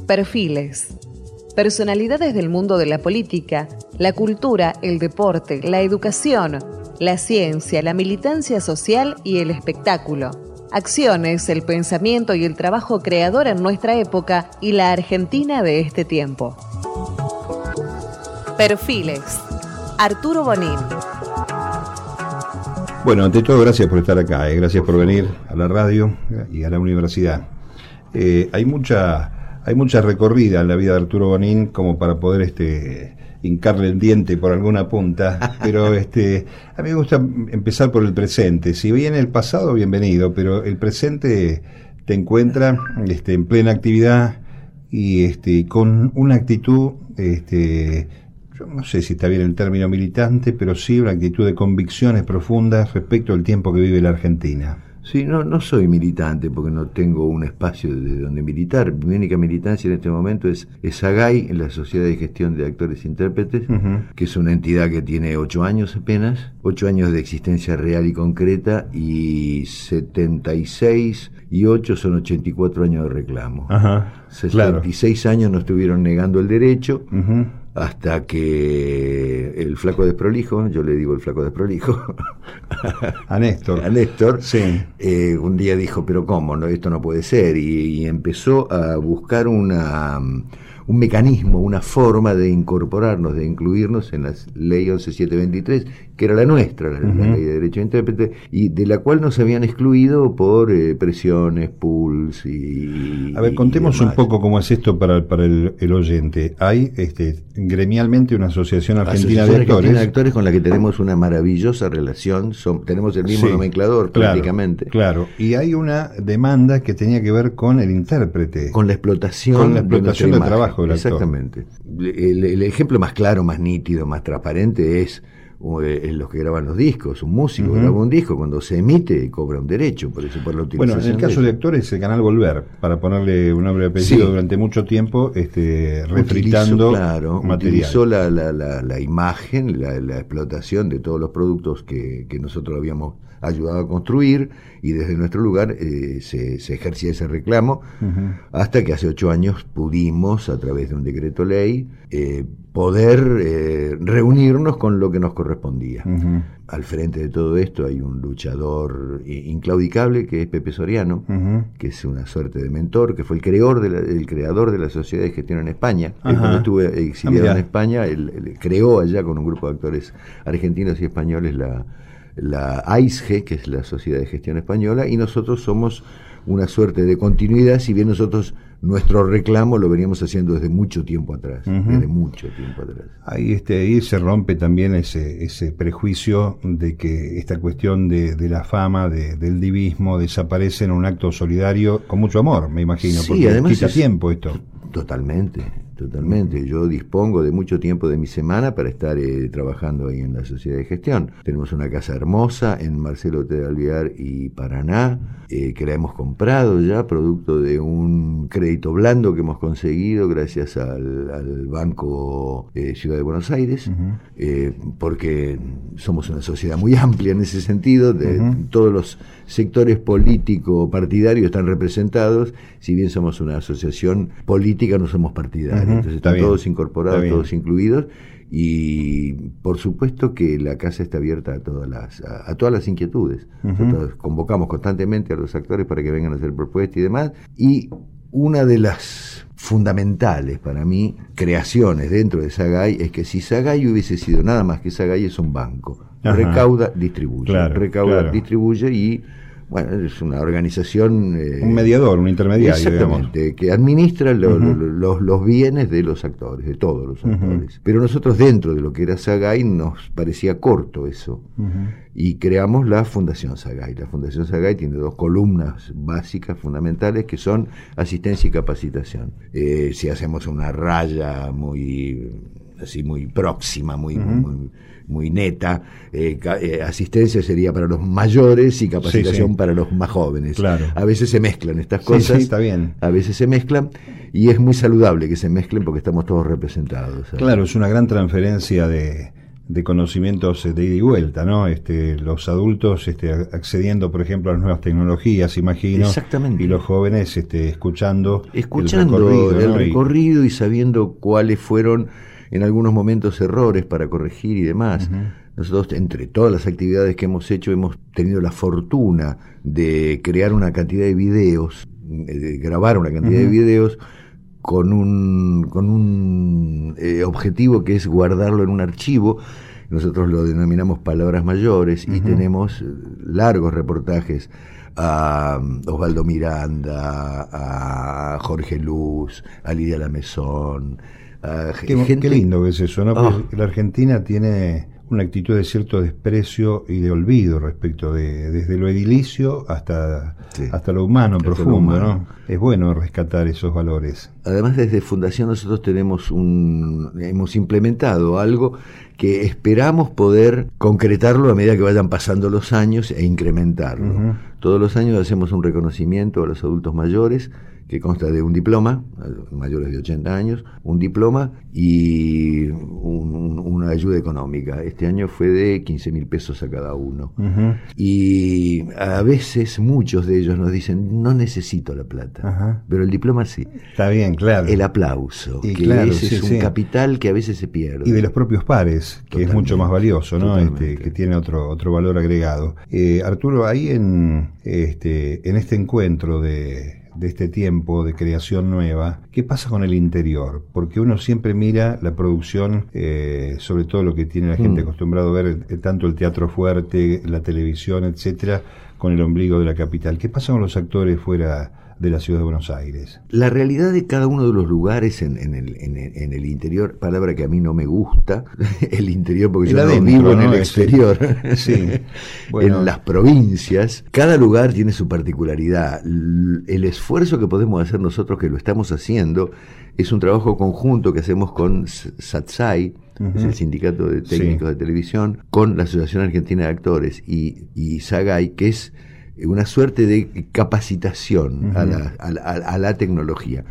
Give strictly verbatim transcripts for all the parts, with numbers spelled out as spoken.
Perfiles. Personalidades del mundo de la política, la cultura, el deporte, la educación, la ciencia, la militancia social y el espectáculo. Acciones, el pensamiento y el trabajo creador en nuestra época y la Argentina de este tiempo. Perfiles. Arturo Bonín. Bueno, ante todo, gracias por estar acá, eh. gracias por venir a la radio y a la universidad. Eh, hay mucha hay mucha recorrida en la vida de Arturo Bonín como para poder este hincarle el diente por alguna punta, pero este a mí me gusta empezar por el presente. Si bien el pasado, bienvenido, pero el presente te encuentra este en plena actividad y este con una actitud este yo no sé si está bien el término militante, pero sí una actitud de convicciones profundas respecto al tiempo que vive la Argentina. Sí, no, no soy militante porque no tengo un espacio de donde militar. Mi única militancia en este momento es, es SAGAI, en la Sociedad de Gestión de Actores e Intérpretes, uh-huh. que es una entidad que tiene ocho años apenas, ocho años de existencia real y concreta, y setenta y seis y ocho son ochenta y cuatro años de reclamo. Ajá, sesenta y seis claro. años nos estuvieron negando el derecho, uh-huh. hasta que el flaco desprolijo, yo le digo el flaco desprolijo, a Néstor, a Néstor sí. eh, un día dijo, pero ¿cómo? No, esto no puede ser, y, y empezó a buscar una un mecanismo, una forma de incorporarnos, de incluirnos en la ley once mil setecientos veintitrés, que era la nuestra, la, uh-huh. la ley de derecho de intérprete, y de la cual nos habían excluido por eh, presiones, pools y... A ver, contemos un poco cómo es esto para, para el, el oyente. Hay este, gremialmente una asociación argentina asociación de actores. Argentina de actores con la que tenemos una maravillosa relación, son, tenemos el mismo sí, nomenclador claro, prácticamente. Claro, y hay una demanda que tenía que ver con el intérprete. Con la explotación, con la explotación del trabajo. Exactamente. El, el ejemplo más claro, más nítido, más transparente es eh, los que graban los discos. Un músico uh-huh. graba un disco, cuando se emite cobra un derecho por eso, por la utilización. Bueno, en el caso de, de actores, el canal Volver, para ponerle un nombre y apellido, sí. durante mucho tiempo este, refritando utilizó, claro, material. Utilizó la, la, la, la imagen, la, la explotación de todos los productos que, que nosotros habíamos ayudado a construir, y desde nuestro lugar eh, se, se ejercía ese reclamo, uh-huh. hasta que hace ocho años pudimos, a través de un decreto ley, eh, poder eh, reunirnos con lo que nos correspondía. Uh-huh. Al frente de todo esto hay un luchador inclaudicable que es Pepe Soriano, uh-huh. que es una suerte de mentor, que fue el creador de la, el creador de la Sociedad de Gestión en España. Uh-huh. Cuando estuve exiliado ah, en España, él, él creó allá con un grupo de actores argentinos y españoles la la A I S G, que es la Sociedad de Gestión Española, y nosotros somos una suerte de continuidad, si bien nosotros nuestro reclamo lo veníamos haciendo desde mucho tiempo atrás, uh-huh. desde mucho tiempo atrás. Ahí, este, ahí se rompe también ese, ese prejuicio de que esta cuestión de, de la fama, de, del divismo, desaparece en un acto solidario con mucho amor, me imagino, sí, porque además quita es, tiempo esto. Totalmente, totalmente. Yo dispongo de mucho tiempo de mi semana para estar eh, trabajando ahí en la Sociedad de Gestión. Tenemos una casa hermosa en Marcelo T. de Alvear y Paraná, eh, que la hemos comprado ya, producto de un crédito blando que hemos conseguido gracias al, al Banco eh, Ciudad de Buenos Aires, uh-huh. eh, porque somos una sociedad muy amplia en ese sentido, de uh-huh. todos los sectores político-partidarios están representados, si bien somos una asociación política, no somos partidarios, uh-huh. entonces están todos incorporados, todos incluidos, y por supuesto que la casa está abierta a todas las a, a todas las inquietudes. Uh-huh. Nosotros convocamos constantemente a los actores para que vengan a hacer propuestas y demás, y una de las fundamentales para mí creaciones dentro de SAGAI es que si SAGAI hubiese sido nada más que SAGAI, es un banco. Ajá. Recauda, distribuye, claro, recauda, claro. distribuye, y bueno, es una organización... Eh, un mediador, un intermediario, exactamente, digamos. Que administra lo, uh-huh. lo, los, los bienes de los actores, de todos los actores. Uh-huh. Pero nosotros, dentro de lo que era SAGAI, nos parecía corto eso. Uh-huh. Y creamos la Fundación SAGAI. La Fundación SAGAI tiene dos columnas básicas, fundamentales, que son asistencia y capacitación. Eh, si hacemos una raya muy... así muy próxima, muy, uh-huh. muy, muy neta, eh, ca- eh, asistencia sería para los mayores y capacitación sí, sí. para los más jóvenes. Claro. A veces se mezclan estas cosas, sí, sí, está bien. A veces se mezclan, y es muy saludable que se mezclen porque estamos todos representados, ¿sabes? Claro, es una gran transferencia de, de conocimientos de ida y vuelta, ¿no? Este, los adultos este, accediendo, por ejemplo, a las nuevas tecnologías, imagino. Exactamente. Y los jóvenes este, escuchando, escuchando el recorrido, el ¿no? recorrido y sabiendo cuáles fueron en algunos momentos errores para corregir y demás. Uh-huh. Nosotros, entre todas las actividades que hemos hecho, hemos tenido la fortuna de crear una cantidad de videos, de grabar una cantidad uh-huh. de videos con un, con un eh, objetivo que es guardarlo en un archivo. Nosotros lo denominamos palabras mayores uh-huh. y tenemos largos reportajes a Osvaldo Miranda, a Jorge Luz, a Lidia Lamezón. A qué, gente... qué lindo que es eso, ¿no? Oh. Porque la Argentina tiene una actitud de cierto desprecio y de olvido respecto de desde lo edilicio hasta, sí. hasta lo humano hasta profundo, humano. ¿no? Es bueno rescatar esos valores. Además, desde Fundación nosotros tenemos un hemos implementado algo que esperamos poder concretarlo a medida que vayan pasando los años e incrementarlo. Uh-huh. Todos los años hacemos un reconocimiento a los adultos mayores que consta de un diploma, mayores de ochenta años, un diploma y un, una ayuda económica. Este año fue de quince mil pesos a cada uno. Uh-huh. Y a veces muchos de ellos nos dicen, no necesito la plata, uh-huh. pero el diploma sí. Está bien, claro. El aplauso, y que claro, ese sí, es un sí. capital que a veces se pierde. Y de los propios pares, que totalmente, es mucho más valioso, ¿no? Este, que tiene otro otro valor agregado. Eh, Arturo, ahí en este en este encuentro de de este tiempo de creación nueva, ¿qué pasa con el interior? Porque uno siempre mira la producción, eh, sobre todo lo que tiene la gente mm. acostumbrado a ver, eh, tanto el teatro fuerte, la televisión, etcétera, con el ombligo de la capital. ¿Qué pasa con los actores fuera de la ciudad de Buenos Aires? La realidad de cada uno de los lugares en, en, el, en, el, en el interior, palabra que a mí no me gusta, el interior, porque el yo adentro, no vivo ¿no? en el exterior, sí. Bueno. En las provincias, cada lugar tiene su particularidad. El esfuerzo que podemos hacer nosotros, que lo estamos haciendo, es un trabajo conjunto que hacemos con SATSAI, uh-huh. es el Sindicato de Técnicos sí. de Televisión, con la Asociación Argentina de Actores y, y SAGAI, que es una suerte de capacitación uh-huh. a, la, a, la, a la tecnología.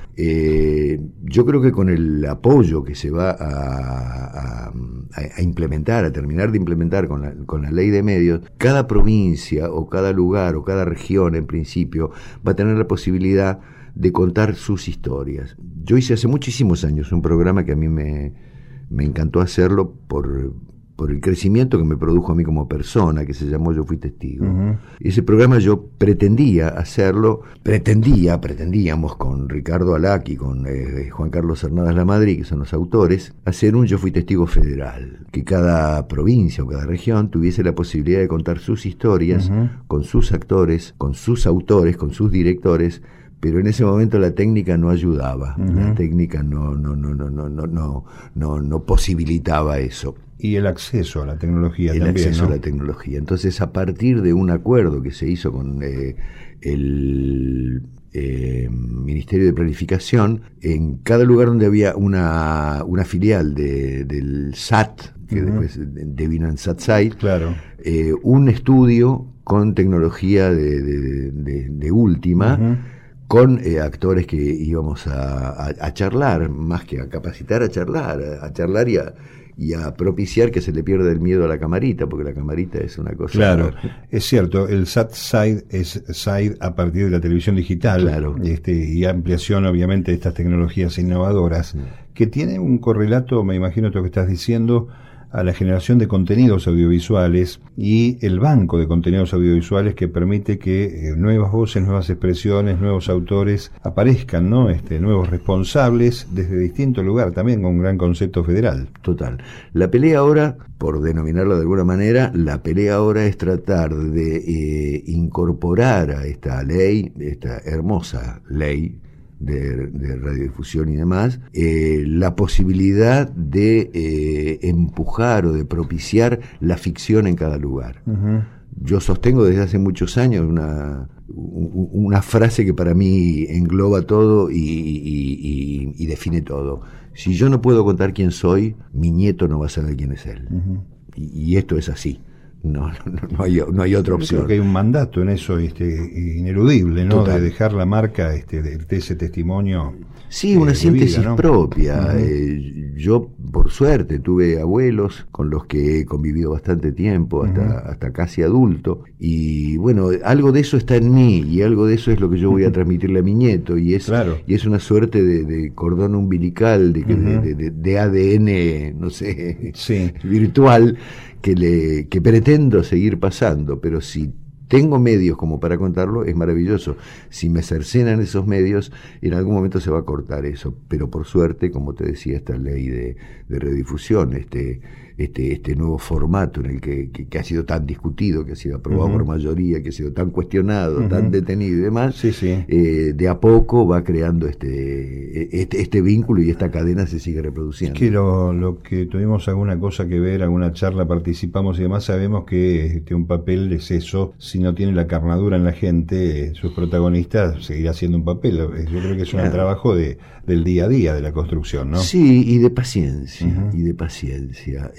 Eh, yo creo que con el apoyo que se va a, a, a implementar, a terminar de implementar con la, con la ley de medios, cada provincia o cada lugar o cada región en principio va a tener la posibilidad de contar sus historias. Yo hice hace muchísimos años un programa que a mí me, me encantó hacerlo por... por el crecimiento que me produjo a mí como persona, que se llamó Yo Fui Testigo. Uh-huh. Ese programa yo pretendía hacerlo, pretendía, pretendíamos con Ricardo Alac y con eh, Juan Carlos Hernández Lamadrid, que son los autores, hacer un Yo Fui Testigo federal, que cada provincia o cada región tuviese la posibilidad de contar sus historias uh-huh. con sus actores, con sus autores, con sus directores, pero en ese momento la técnica no ayudaba, uh-huh. la técnica no, no, no, no, no, no, no, no, no posibilitaba eso. Y el acceso a la tecnología el también, acceso ¿no? a la tecnología. Entonces, a partir de un acuerdo que se hizo con eh, el eh, Ministerio de Planificación, en cada lugar donde había una, una filial de, del S A T, que uh-huh. después devino en SATSAI, claro. eh, un estudio con tecnología de, de, de, de última, uh-huh. con eh, actores que íbamos a, a, a charlar, más que a capacitar, a charlar, a, a charlar y a... y a propiciar que se le pierda el miedo a la camarita, porque la camarita es una cosa... Claro, es cierto, el SAT-SAID es SAID a partir de la televisión digital, claro. este, y ampliación obviamente de estas tecnologías innovadoras, sí. que tiene un correlato, me imagino esto que estás diciendo, a la generación de contenidos audiovisuales y el banco de contenidos audiovisuales que permite que eh, nuevas voces, nuevas expresiones, nuevos autores aparezcan, ¿no? Este, nuevos responsables desde distinto lugar, también con un gran concepto federal. Total. La pelea ahora, por denominarlo de alguna manera, la pelea ahora es tratar de eh, incorporar a esta ley, esta hermosa ley, De, de radiodifusión y demás, eh, la posibilidad de eh, empujar o de propiciar la ficción en cada lugar. Uh-huh. Yo sostengo desde hace muchos años una, una frase que para mí engloba todo y, y, y, y define todo. Si yo no puedo contar quién soy, mi nieto no va a saber quién es él. Uh-huh. Y, y esto es así. No, no, no, hay, no hay otra opción. Creo que hay un mandato en eso este, ineludible, ¿no? Total. De dejar la marca este, de, de ese testimonio. Sí, una eh, síntesis vida, ¿no? propia. Uh-huh. Eh, yo, por suerte, tuve abuelos con los que he convivido bastante tiempo, hasta, uh-huh. hasta casi adulto. Y bueno, algo de eso está en mí, y algo de eso es lo que yo voy a transmitirle a mi nieto. Y es, claro. y es una suerte de, de cordón umbilical, de, uh-huh. de, de, de A D N, no sé, sí. virtual, que, le, que pretendo seguir pasando. Pero si tengo medios como para contarlo, es maravilloso. Si me cercenan esos medios, en algún momento se va a cortar eso. Pero por suerte, como te decía, esta ley de, de redifusión, este, este, este nuevo formato en el que, que, que ha sido tan discutido, que ha sido aprobado uh-huh. por mayoría, que ha sido tan cuestionado, uh-huh. tan detenido y demás, sí, sí. Eh, de a poco va creando este, este, este vínculo y esta cadena se sigue reproduciendo. Es que lo, lo que tuvimos alguna cosa que ver, alguna charla, participamos y demás, sabemos que este, un papel es eso. Si no tiene la carnadura en la gente, sus protagonistas seguirá siendo un papel. Yo creo que es un claro. trabajo de, del día a día de la construcción, ¿no? Sí, y de paciencia, uh-huh. y de paciencia.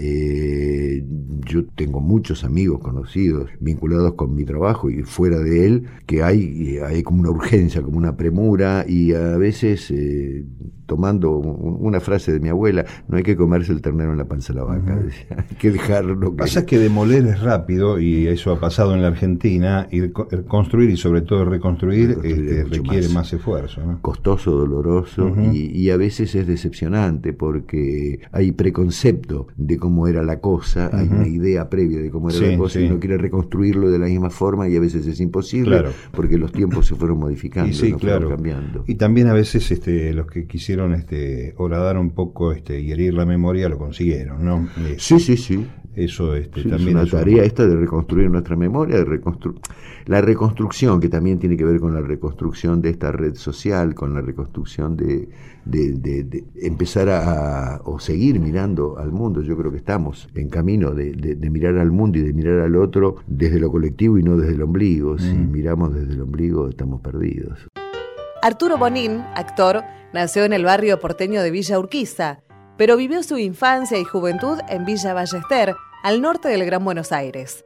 Eh, yo tengo muchos amigos conocidos vinculados con mi trabajo y fuera de él, que hay, hay como una urgencia, como una premura, y a veces, eh, tomando una frase de mi abuela, no hay que comerse el ternero en la panza de la vaca, uh-huh. decía, hay que dejarlo. Lo que pasa es que demoler es rápido, y eso ha pasado en la Argentina. Ir construir y sobre todo reconstruir, reconstruir este, requiere más, más esfuerzo, ¿no? Costoso, doloroso, uh-huh. y, y a veces es decepcionante porque hay preconcepto de cómo era la cosa, uh-huh. hay una idea previa de cómo era sí, la cosa sí. y uno quiere reconstruirlo de la misma forma y a veces es imposible claro. porque los tiempos se fueron modificando, y sí, no claro. fueron cambiando. Y también a veces este, los que quisieron este, horadar un poco este, y herir la memoria lo consiguieron, ¿no? Sí, sí, sí. Eso este, sí, también es una es tarea un... esta de reconstruir nuestra memoria, de reconstru... la reconstrucción, que también tiene que ver con la reconstrucción de esta red social, con la reconstrucción de, de, de, de empezar a, a o seguir mirando al mundo. Yo creo que estamos en camino de, de, de mirar al mundo y de mirar al otro desde lo colectivo y no desde el ombligo. Mm. Si miramos desde el ombligo estamos perdidos. Arturo Bonín, actor, nació en el barrio porteño de Villa Urquiza, pero vivió su infancia y juventud en Villa Ballester, al norte del Gran Buenos Aires.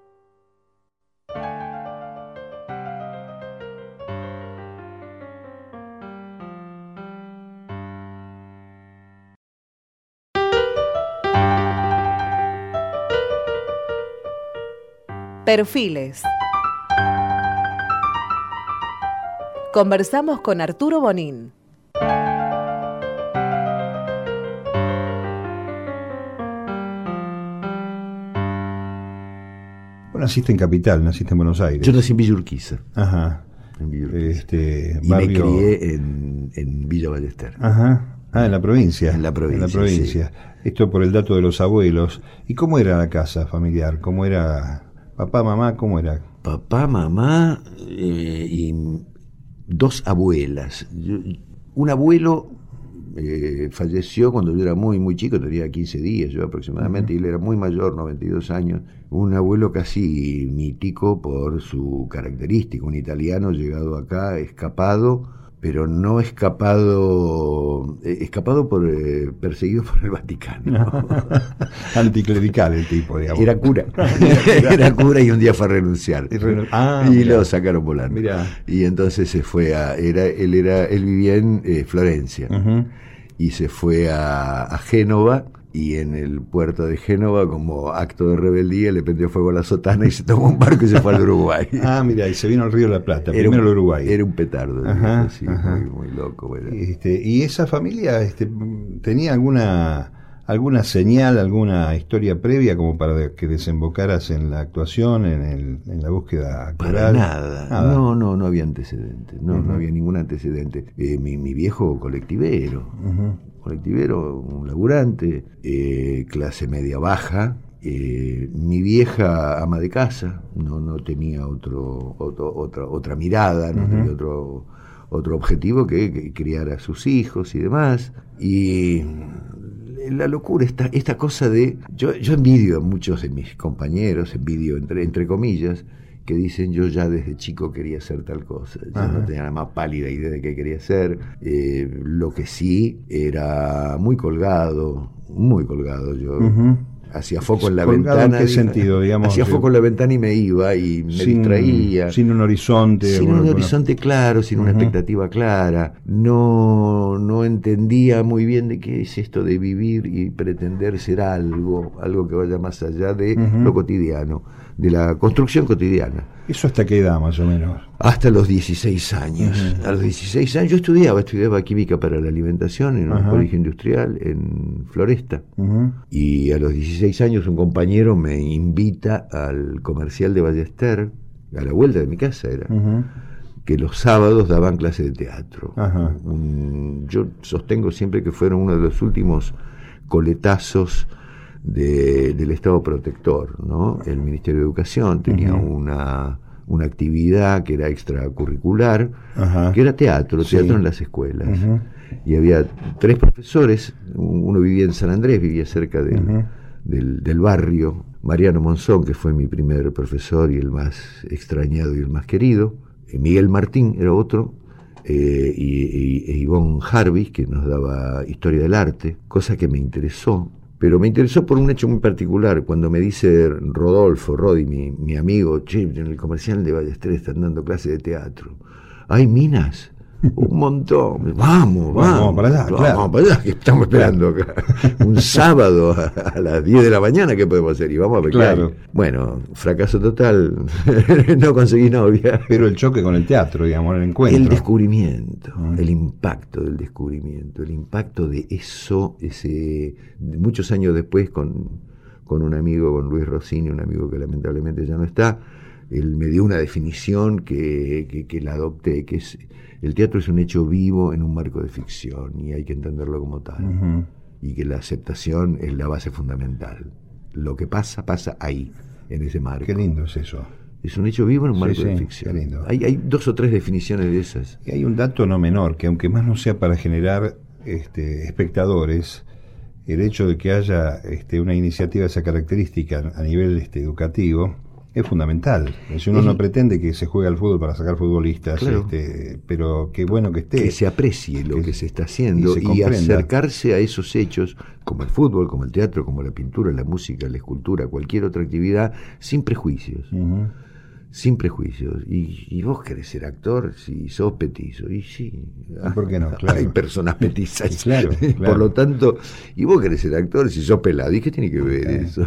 Perfiles. Conversamos con Arturo Bonín. Naciste en Capital, naciste en Buenos Aires. Yo nací en Villa Urquiza. Ajá. En Villa Urquiza. Este, y barrio... me crié en, en Villa Ballester. Ajá. Ah, en la provincia. En la provincia. En la provincia. Sí. Esto por el dato de los abuelos. ¿Y cómo era la casa familiar? ¿Cómo era papá, mamá? ¿Cómo era? Papá, mamá eh, y dos abuelas. Yo, un abuelo eh, falleció cuando yo era muy, muy chico, tenía quince días yo aproximadamente, uh-huh. y él era muy mayor, noventa y dos años. Un abuelo casi mítico por su característica, un italiano llegado acá, escapado, pero no escapado, eh, escapado por, eh, perseguido por el Vaticano. Anticlerical el tipo, digamos. Era cura, era cura y un día fue a renunciar. Y, renu- ah, y mirá. Lo sacaron volando. Mirá. Y entonces se fue a, era, él era, él vivía en eh, Florencia, uh-huh. y se fue a, a Génova. Y en el puerto de Génova, como acto de rebeldía, le prendió fuego a la sotana y se tomó un barco y se fue al Uruguay. Ah, mira, y se vino al Río de la Plata, era primero un, al Uruguay. Era un petardo, ajá, así, ajá. Muy, muy loco. Bueno. Este, ¿y esa familia este, tenía alguna alguna señal, alguna historia previa como para que desembocaras en la actuación, en, el, en la búsqueda actoral? Para nada. nada. No, no, no había antecedentes. No, uh-huh. no había ningún antecedente. Eh, mi, mi viejo colectivero. Uh-huh. colectivero, un laburante, eh, clase media baja, eh, mi vieja ama de casa, no no tenía otro, otro otra otra mirada, no uh-huh. tenía otro otro objetivo que, que criar a sus hijos y demás. Y la locura, esta, esta cosa de... Yo, yo envidio a muchos de mis compañeros, envidio entre, entre comillas, que dicen yo ya desde chico quería hacer tal cosa. Yo Ajá. no tenía la más pálida idea de qué quería hacer. Eh, lo que sí era muy colgado, muy colgado yo. Uh-huh. hacía foco en la ¿Colgado ventana. en qué sentido, digamos? Hacía foco en la ventana y me iba y me sin, distraía. Sin un horizonte. Sin bueno, un bueno. horizonte claro, sin uh-huh. una expectativa clara. No, no entendía muy bien de qué es esto de vivir y pretender ser algo, algo que vaya más allá de uh-huh. lo cotidiano, de la construcción cotidiana. ¿Eso hasta qué edad más o menos? Hasta los dieciséis años. Uh-huh. A los dieciséis años yo estudiaba, estudiaba química para la alimentación en un uh-huh. colegio industrial en Floresta. Uh-huh. Y a los dieciséis años un compañero me invita al comercial de Ballester, a la vuelta de mi casa era, uh-huh. que los sábados daban clase de teatro. Uh-huh. Un, yo sostengo siempre que fueron uno de los últimos coletazos de, del Estado protector, ¿no? El Ministerio de Educación tenía uh-huh. una, una actividad que era extracurricular, uh-huh. que era teatro, teatro sí. en las escuelas. Uh-huh. Y había tres profesores, uno vivía en San Andrés, vivía cerca del, uh-huh. del, del barrio, Mariano Monzón, que fue mi primer profesor y el más extrañado y el más querido, Miguel Martín era otro, eh, y, y, e Ivonne Jarvis, que nos daba historia del arte, cosa que me interesó. Pero me interesó por un hecho muy particular. Cuando me dice Rodolfo, Rodi, mi, mi amigo, che, en el comercial de Ballester están dando clases de teatro. ¿Hay minas? Un montón. Vamos, vamos. Vamos para allá, vamos claro. para allá, que estamos esperando acá. Un sábado a, a las diez de la mañana, ¿qué podemos hacer? Y vamos a ver. Claro. Bueno, fracaso total. No conseguí novia. Pero el choque con el teatro, digamos, el encuentro. El descubrimiento, mm. el impacto del descubrimiento, el impacto de eso, ese muchos años después con, con un amigo, con Luis Rossini, un amigo que lamentablemente ya no está, él me dio una definición que, que, que la adopté, que es: el teatro es un hecho vivo en un marco de ficción y hay que entenderlo como tal. Uh-huh. Y que la aceptación es la base fundamental. Lo que pasa, pasa ahí, en ese marco. Qué lindo es eso. Es un hecho vivo en un marco sí, de sí, ficción. Qué lindo. Hay, hay dos o tres definiciones de esas. Y hay un dato no menor, que aunque más no sea para generar este, espectadores, el hecho de que haya este, una iniciativa de esa característica a nivel este, educativo es fundamental. Si uno es, no pretende que se juegue al fútbol para sacar futbolistas, claro. este, pero qué bueno que esté. Que se aprecie lo que, que se está haciendo y, y acercarse a esos hechos, como el fútbol, como el teatro, como la pintura, la música, la escultura, cualquier otra actividad, sin prejuicios. Uh-huh. Sin prejuicios. Y, y vos querés ser actor si sos petizo. Y sí. ¿Por qué no? Claro. Hay personas petizas. Claro, claro. Por lo tanto, y vos querés ser actor si sos pelado. ¿Y qué tiene que ver eh, eso?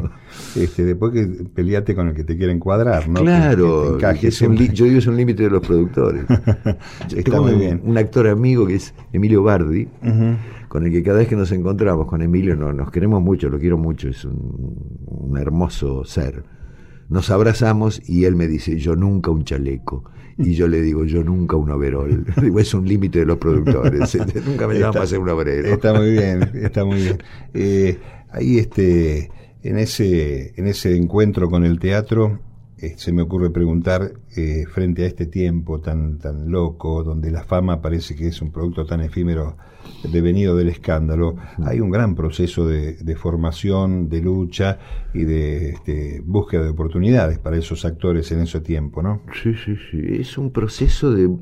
Este, después que peleate con el que te quiere encuadrar, ¿no? Claro. Que, que que es un li- yo digo es un límite de los productores. Está Tengo muy un, bien. un actor amigo que es Emilio Bardi, uh-huh. con el que cada vez que nos encontramos, con Emilio, no, nos queremos mucho, lo quiero mucho, es un, un hermoso ser. Nos abrazamos y él me dice: yo nunca un chaleco. Y yo le digo: yo nunca un overol. Digo, es un límite de los productores. Nunca me llaman para ser un obrero. Está muy bien, está muy bien. Eh, ahí este, en ese, en ese encuentro con el teatro, eh, se me ocurre preguntar, eh, frente a este tiempo tan, tan loco, donde la fama parece que es un producto tan efímero devenido del escándalo, hay un gran proceso de, de formación, de lucha y de este, búsqueda de oportunidades para esos actores en ese tiempo, ¿no? Sí, sí, sí. Es un proceso de...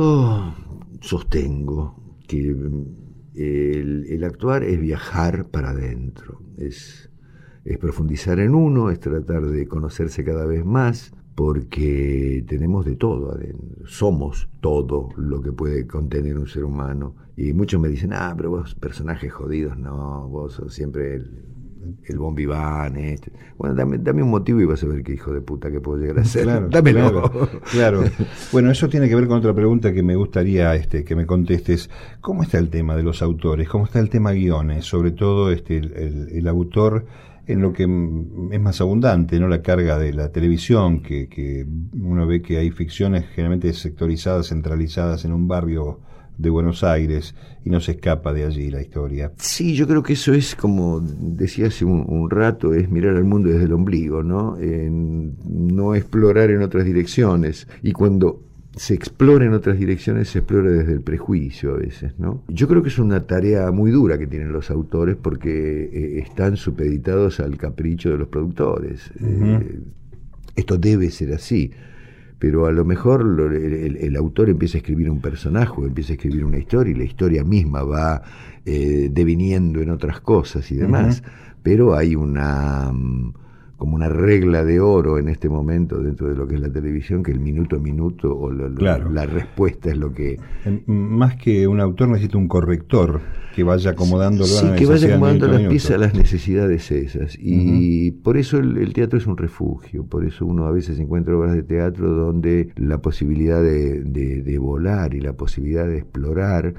Yo sostengo que el, el actuar es viajar para adentro, es, es profundizar en uno, es tratar de conocerse cada vez más, porque tenemos de todo adentro, somos todo lo que puede contener un ser humano. Y muchos me dicen: ah, pero vos personajes jodidos, no, vos sos siempre el, el bon vivant, este. Bueno, dame, dame un motivo y vas a ver qué hijo de puta que puedo llegar a ser. Claro, Dámelo. Claro, claro. Bueno, eso tiene que ver con otra pregunta que me gustaría este, que me contestes. ¿Cómo está el tema de los autores? ¿Cómo está el tema guiones? Sobre todo este, el, el, el autor, en lo que es más abundante, ¿no? La carga de la televisión, que, que uno ve que hay ficciones generalmente sectorizadas, centralizadas en un barrio de Buenos Aires, y no se escapa de allí la historia. Sí, yo creo que eso es, como decía hace un, un rato, es mirar al mundo desde el ombligo, ¿no? En no explorar en otras direcciones. Y cuando se explora en otras direcciones, se explora desde el prejuicio a veces, ¿no? Yo creo que es una tarea muy dura que tienen los autores, porque eh, están supeditados al capricho de los productores. Uh-huh. Eh, esto debe ser así. pero a lo mejor lo, el, el, el autor empieza a escribir un personaje, empieza a escribir una historia, y la historia misma va eh, deviniendo en otras cosas y demás, uh-huh. pero hay una... como una regla de oro en este momento dentro de lo que es la televisión, que el minuto a minuto o la, claro. la respuesta es lo que... Más que un autor necesita un corrector que vaya acomodando sí, la que vaya acomodando las minuto. piezas a las necesidades esas. Y uh-huh. por eso el, el teatro es un refugio, por eso uno a veces encuentra obras de teatro donde la posibilidad de, de, de volar y la posibilidad de explorar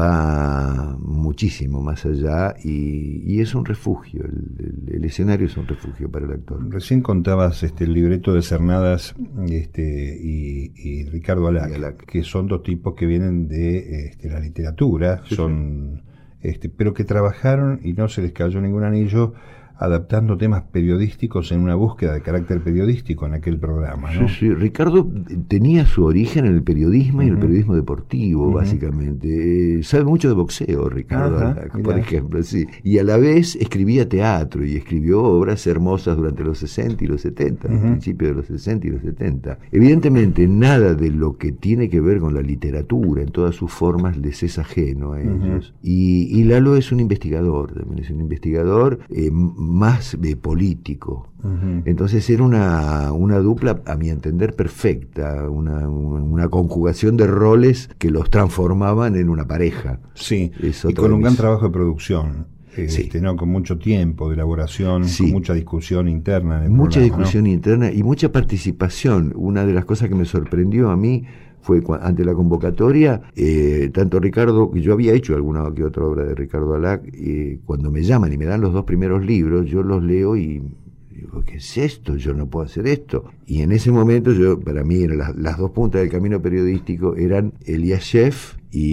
va muchísimo más allá, y, y es un refugio, el, el, el escenario es un refugio para el actor. Recién contabas este, el libreto de Cernadas este, y, y Ricardo Alac, y Alac, que son dos tipos que vienen de este, la literatura, sí, son sí. Este, pero que trabajaron y no se les cayó ningún anillo adaptando temas periodísticos en una búsqueda de carácter periodístico en aquel programa, ¿no? Sí, sí. Ricardo tenía su origen en el periodismo uh-huh. y en el periodismo deportivo, uh-huh. básicamente. Eh, sabe mucho de boxeo, Ricardo, Ajá, por mirá. ejemplo, sí. Y a la vez escribía teatro y escribió obras hermosas durante los sesenta y los setenta, uh-huh. al principio de los sesenta y los setenta. Evidentemente, nada de lo que tiene que ver con la literatura en todas sus formas les es ajeno a ellos. Uh-huh. Y, y Lalo es un investigador, también es un investigador eh, más eh, político. Uh-huh. Entonces era una, una dupla, a mi entender, perfecta, una, una, una conjugación de roles que los transformaban en una pareja. Sí, y con un gran trabajo de producción. Este, sí. ¿no? Con mucho tiempo de elaboración, sí. con mucha discusión interna. En el mucha programa, discusión ¿no? interna y mucha participación. Una de las cosas que me sorprendió a mí fue ante la convocatoria, eh, tanto Ricardo, que yo había hecho alguna que otra obra de Ricardo Alac, eh, cuando me llaman y me dan los dos primeros libros, yo los leo y digo, ¿qué es esto? Yo no puedo hacer esto. Y en ese momento, yo para mí eran las, las dos puntas del camino periodístico eran Elías Sheff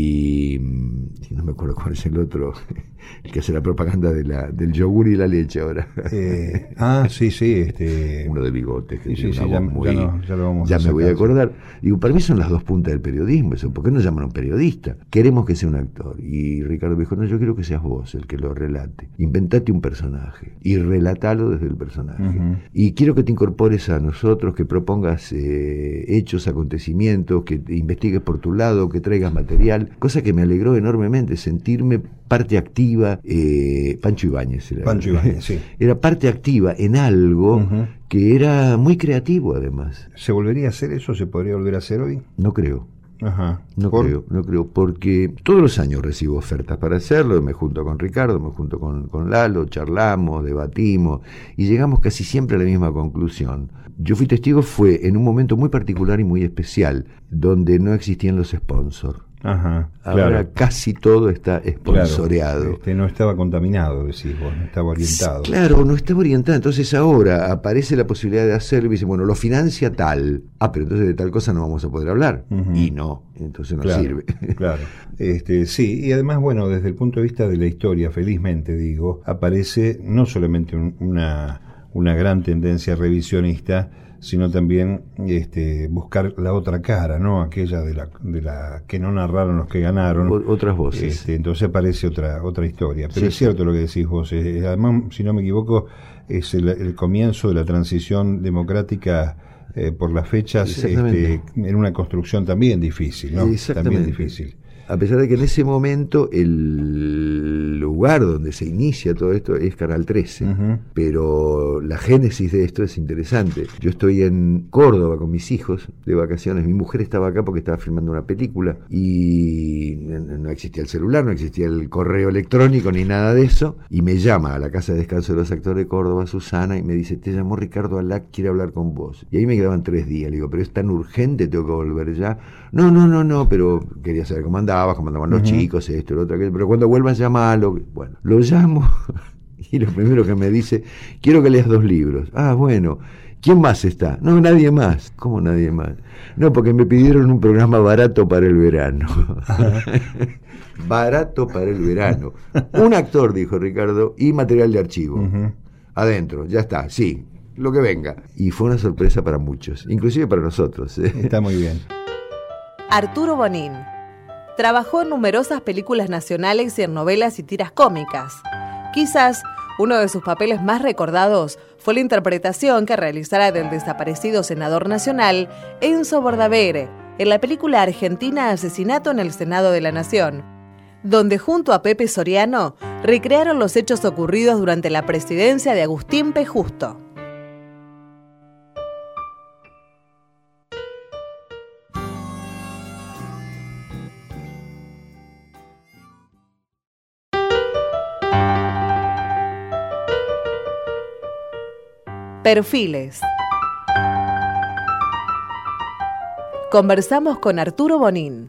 y no me acuerdo cuál es el otro, el que hace la propaganda de la, del yogur y la leche ahora. Eh, ah, sí, sí. Este... Uno de bigotes. Que sí, sí, sí, ya, muy, ya, no, ya, lo vamos ya a me voy a acordar. Digo, para mí son las dos puntas del periodismo. Eso, ¿por qué no llaman a un periodista? Queremos que sea un actor. Y Ricardo me dijo, no, yo quiero que seas vos el que lo relate. Inventate un personaje y relatalo desde el personaje. Uh-huh. Y quiero que te incorpores a nosotros, que propongas eh, hechos, acontecimientos, que investigues por tu lado, que traigas material. Cosa que me alegró enormemente, sentirme parte activa. eh, Pancho Ibáñez era, Pancho Ibáñez, sí. era parte activa en algo uh-huh. que era muy creativo, además. ¿Se volvería a hacer eso? ¿Se podría volver a hacer hoy? No creo. Ajá. No ¿Por? creo, no creo, porque todos los años recibo ofertas para hacerlo, me junto con Ricardo, me junto con, con Lalo, charlamos, debatimos y llegamos casi siempre a la misma conclusión. Yo fui testigo, fue en un momento muy particular y muy especial, donde no existían los sponsors. Ajá, ahora claro. casi todo está sponsoreado. Claro, este, no estaba contaminado, decís vos, no estaba orientado. Claro, no estaba orientado. Entonces ahora aparece la posibilidad de hacerlo y dice, bueno, lo financia tal. Ah, pero entonces de tal cosa no vamos a poder hablar. Uh-huh. Y no, entonces no claro, sirve. Claro. Este, sí, y además, bueno, desde el punto de vista de la historia, felizmente digo, aparece no solamente un, una, una gran tendencia revisionista, sino también este, buscar la otra cara, ¿no? Aquella de la, de la que no narraron los que ganaron. O, otras voces. Este, entonces aparece otra otra historia. Pero sí, es cierto lo que decís vos. Eh, además, si no me equivoco, es el, el comienzo de la transición democrática eh, por las fechas este, en una construcción también difícil, ¿no? También difícil. A pesar de que en ese momento el lugar donde se inicia todo esto es Canal trece, uh-huh. pero la génesis de esto es interesante. Yo estoy en Córdoba con mis hijos de vacaciones, mi mujer estaba acá porque estaba filmando una película y no existía el celular, no existía el correo electrónico ni nada de eso, y me llama a la Casa de Descanso de los Actores de Córdoba, Susana, y me dice, te llamó Ricardo Alac, quiere hablar con vos. Y ahí me quedaban tres días, le digo, pero es tan urgente, tengo que volver ya. No, no, no, no, pero quería saber cómo andaba, cómo andaban los uh-huh. chicos, esto, lo otro, aquello, pero cuando vuelvas llamalo. Bueno, lo llamo y lo primero que me dice, quiero que leas dos libros. Ah, bueno, ¿quién más está? No, nadie más. ¿Cómo nadie más? No, porque me pidieron un programa barato para el verano. Uh-huh. Barato para el verano. Un actor, dijo Ricardo, y material de archivo. Uh-huh. Adentro, ya está, sí, lo que venga. Y fue una sorpresa para muchos, inclusive para nosotros. ¿eh? Está muy bien. Arturo Bonín trabajó en numerosas películas nacionales y en novelas y tiras cómicas. Quizás Uno de sus papeles más recordados fue la interpretación que realizara del desaparecido senador nacional Enzo Bordavere en la película argentina Asesinato en el Senado de la Nación, donde junto a Pepe Soriano recrearon los hechos ocurridos durante la presidencia de Agustín P. Justo. Perfiles. Conversamos con Arturo Bonín.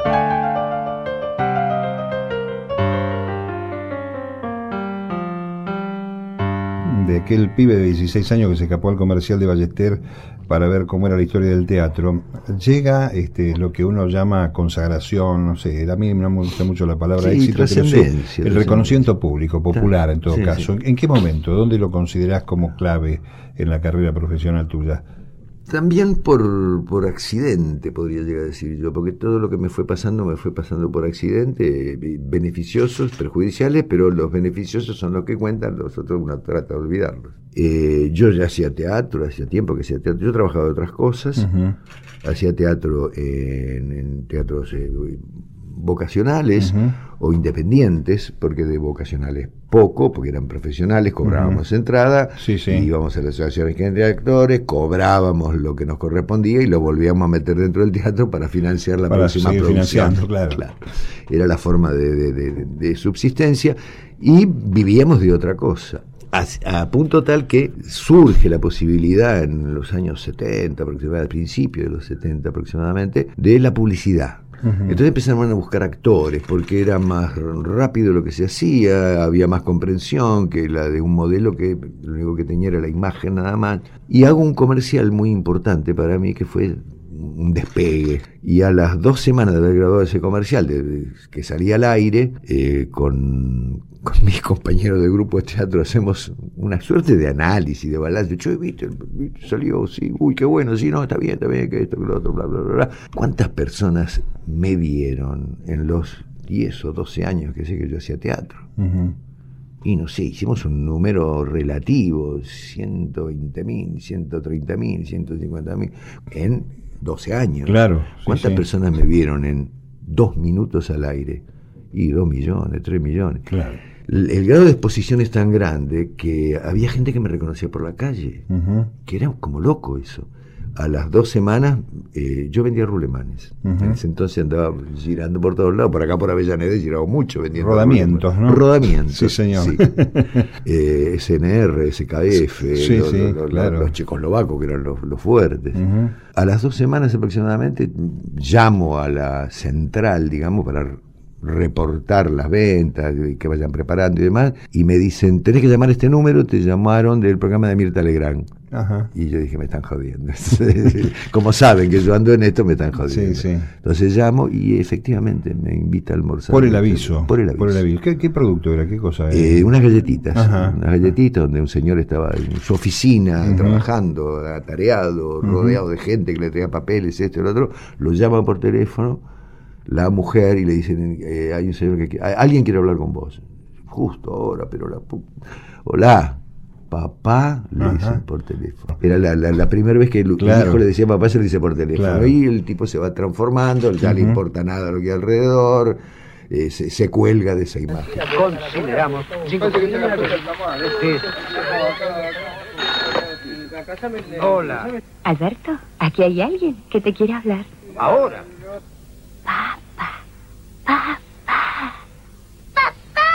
De aquel pibe de dieciséis años que se escapó al comercial de Ballester para ver cómo era la historia del teatro, llega este, lo que uno llama consagración, no sé, a mí no me gusta mucho la palabra sí, éxito, pero sí, el reconocimiento público, popular en todo sí, caso. Sí. ¿En qué momento? ¿Dónde lo considerás como clave en la carrera profesional tuya? También por, por accidente, podría llegar a decir yo, porque todo lo que me fue pasando, me fue pasando por accidente, beneficiosos, perjudiciales, pero los beneficiosos son los que cuentan, los otros uno trata de olvidarlos. Eh, yo ya hacía teatro, hacía tiempo que hacía teatro, yo trabajaba de otras cosas, uh-huh. hacía teatro en, en teatros eh, vocacionales uh-huh. o independientes, porque de vocacionales poco, porque eran profesionales, cobrábamos uh-huh. entrada, sí, sí. íbamos a la Asociación Argentina de Actores, cobrábamos lo que nos correspondía y lo volvíamos a meter dentro del teatro para financiar la para próxima producción. Claro. Claro. Era la forma de, de, de, de subsistencia y vivíamos de otra cosa. A, a punto tal que surge la posibilidad en los años setenta, aproximadamente, al principio de los setenta aproximadamente, de la publicidad. Uh-huh. Entonces empezaron a buscar actores porque era más rápido lo que se hacía, había más comprensión que la de un modelo que lo único que tenía era la imagen nada más. Y hago un comercial muy importante para mí que fue un despegue. Y a las dos semanas de haber grabado ese comercial, de, de, que salía al aire, eh, con, con mis compañeros de grupo de teatro hacemos una suerte de análisis, de balance. Yo, ¿viste? ¿viste? Salió, sí, uy, qué bueno, sí, no, está bien, está bien, que esto, que lo otro, bla, bla, bla, bla. ¿Cuántas personas me vieron en los diez o doce años que sé que yo hacía teatro? Uh-huh. Y no sé, hicimos un número relativo, ciento veinte mil, ciento treinta mil, ciento cincuenta mil, en doce años. Claro. ¿Cuántas sí, sí. personas me vieron en dos minutos al aire? Y dos millones, tres millones. Claro. El, el grado de exposición es tan grande que había gente que me reconocía por la calle, uh-huh. que era como loco eso. A las dos semanas eh, yo vendía rulemanes. Uh-huh. En ese entonces andaba girando por todos lados, por acá por Avellaneda giraba mucho vendiendo rodamientos, rulemanes. ¿no? Rodamientos. Sí, señor. Sí. eh, S N R, S K F, sí, los, sí, los, claro. los checoslovacos que eran los, los fuertes. Uh-huh. A las dos semanas aproximadamente llamo a la central, digamos, para reportar las ventas y que vayan preparando y demás, y me dicen, tenés que llamar a este número, te llamaron del programa de Mirta Legrand. Ajá. Y yo dije, me están jodiendo. Como saben que yo ando en esto, me están jodiendo. Sí, sí. Entonces llamo y efectivamente me invita a almorzar. Por el aviso. Por el aviso. Por el aviso. ¿Qué, qué producto era? ¿Qué cosa era? Eh, unas galletitas. Ajá. Unas galletitas donde un señor estaba en su oficina, uh-huh. trabajando, atareado, uh-huh. rodeado de gente que le traía papeles, esto y lo otro. Lo llaman por teléfono la mujer y le dicen, eh, hay un señor que alguien quiere hablar con vos. Justo ahora, pero la pu- hola, papá, le Ajá. dicen por teléfono. Era la, la, la primera vez que el, claro. el hijo le decía papá, se le dice por teléfono. Claro. Y el tipo se va transformando, ya uh-huh. le importa nada lo que hay alrededor, eh, se, se cuelga de esa imagen. Consideramos cinco... Hola. Alberto, aquí hay alguien que te quiere hablar. Ahora. Papá, papá, papá.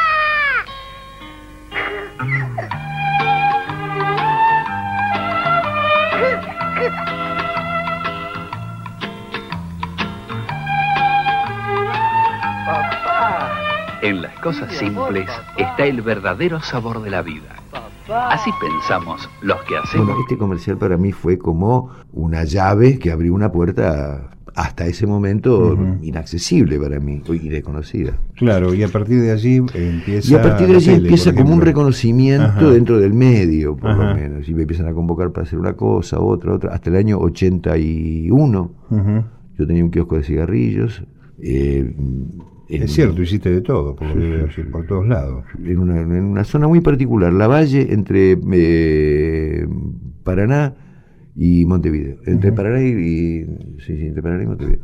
Papá. En las cosas simples está el verdadero sabor de la vida. Así pensamos los que hacemos. Bueno, este comercial para mí fue como una llave que abrió una puerta hasta ese momento uh-huh. inaccesible para mí, y desconocida. Claro, y a partir de allí empieza... Y a partir de allí tele, empieza como un reconocimiento Ajá. dentro del medio, por Ajá. lo menos. Y me empiezan a convocar para hacer una cosa, otra, otra. Hasta el año ochenta y uno, uh-huh. yo tenía un kiosco de cigarrillos, eh, Es en, cierto, hiciste de todo, por lo que veo, sí, por todos lados. En una, en una zona muy particular, La Valle, entre eh, Paraná y Montevideo. Entre uh-huh. Paraná y, y sí, sí, entre Paraná y Montevideo.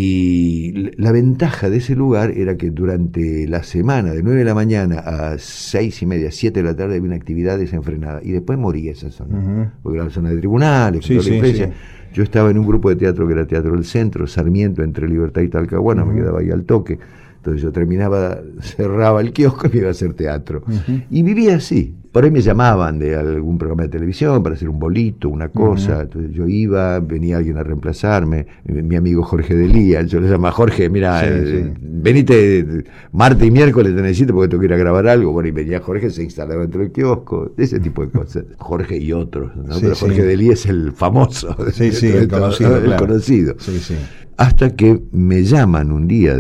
Y la ventaja de ese lugar era que durante la semana, de nueve de la mañana a seis y media, siete de la tarde, había una actividad desenfrenada. Y después moría esa zona, uh-huh. porque era la zona de tribunales, sí, toda la influencia. Sí, sí. Yo estaba en un grupo de teatro que era Teatro del Centro, Sarmiento, entre Libertad y Talcahuano, uh-huh. me quedaba ahí al toque. Entonces yo terminaba, cerraba el kiosco y me iba a hacer teatro. Uh-huh. Y vivía así. Por ahí me llamaban de algún programa de televisión para hacer un bolito, una cosa. Uh-huh. Entonces yo iba, venía alguien a reemplazarme. Mi amigo Jorge Delía, yo le llamaba Jorge, mira, sí, eh, sí. venite martes y miércoles te necesito porque tengo que ir a grabar algo. Bueno, y venía Jorge, se instalaba dentro del kiosco, ese tipo de cosas. Jorge y otros, ¿no? Sí, Pero Jorge sí. Delía es el famoso. Sí, sí, el conocido. El claro. conocido. Sí, sí. Hasta que me llaman un día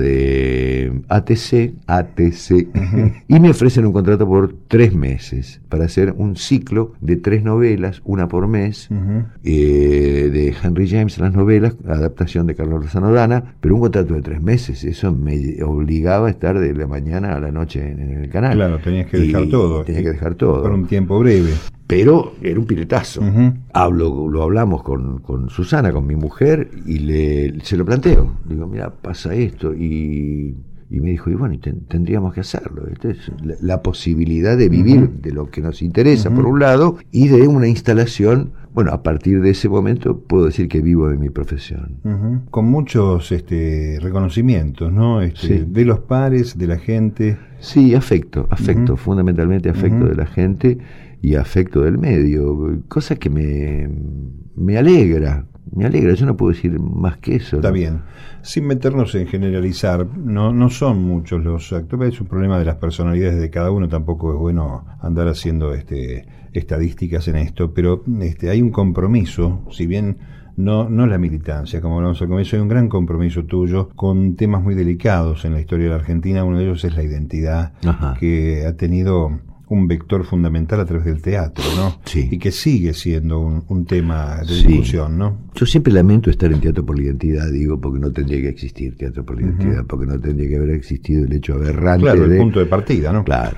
de A T C, A T C, uh-huh. y me ofrecen un contrato por tres meses para hacer un ciclo de tres novelas, una por mes, uh-huh. eh, de Henry James, las novelas, adaptación de Carlos Lozano Dana, pero un contrato de tres meses, eso me obligaba a estar de la mañana a la noche en, en el canal. Claro, tenías que dejar todo. Tenía que dejar todo. Por un tiempo breve. Pero era un piletazo. Uh-huh. Hablo, lo hablamos con, con Susana, con mi mujer, y le, se lo planteo. Digo, mira, pasa esto, y, y me dijo, y bueno, ten, tendríamos que hacerlo. Esta es la, la posibilidad de vivir uh-huh. de lo que nos interesa, uh-huh. por un lado, y de una instalación. Bueno, a partir de ese momento puedo decir que vivo de mi profesión. Uh-huh. Con muchos este, reconocimientos, ¿no? Este, sí. De los pares, de la gente. Sí, afecto, afecto, uh-huh. fundamentalmente afecto uh-huh. de la gente y afecto del medio, cosa que me, me alegra, me alegra, yo no puedo decir más que eso. Está ¿no? bien, sin meternos en generalizar, no, no son muchos los actores, es un problema de las personalidades de cada uno, tampoco es bueno andar haciendo este estadísticas en esto, pero este hay un compromiso, si bien no no la militancia, como hablamos al comienzo, hay un gran compromiso tuyo con temas muy delicados en la historia de la Argentina. Uno de ellos es la identidad, Ajá. que ha tenido un vector fundamental a través del teatro, ¿no? Sí. Y que sigue siendo un, un tema de sí. discusión, ¿no? Yo siempre lamento estar en Teatro por la Identidad, digo, porque no tendría que existir Teatro por la Identidad, uh-huh. porque no tendría que haber existido el hecho aberrante. Claro, el de... punto de partida, ¿no? Claro.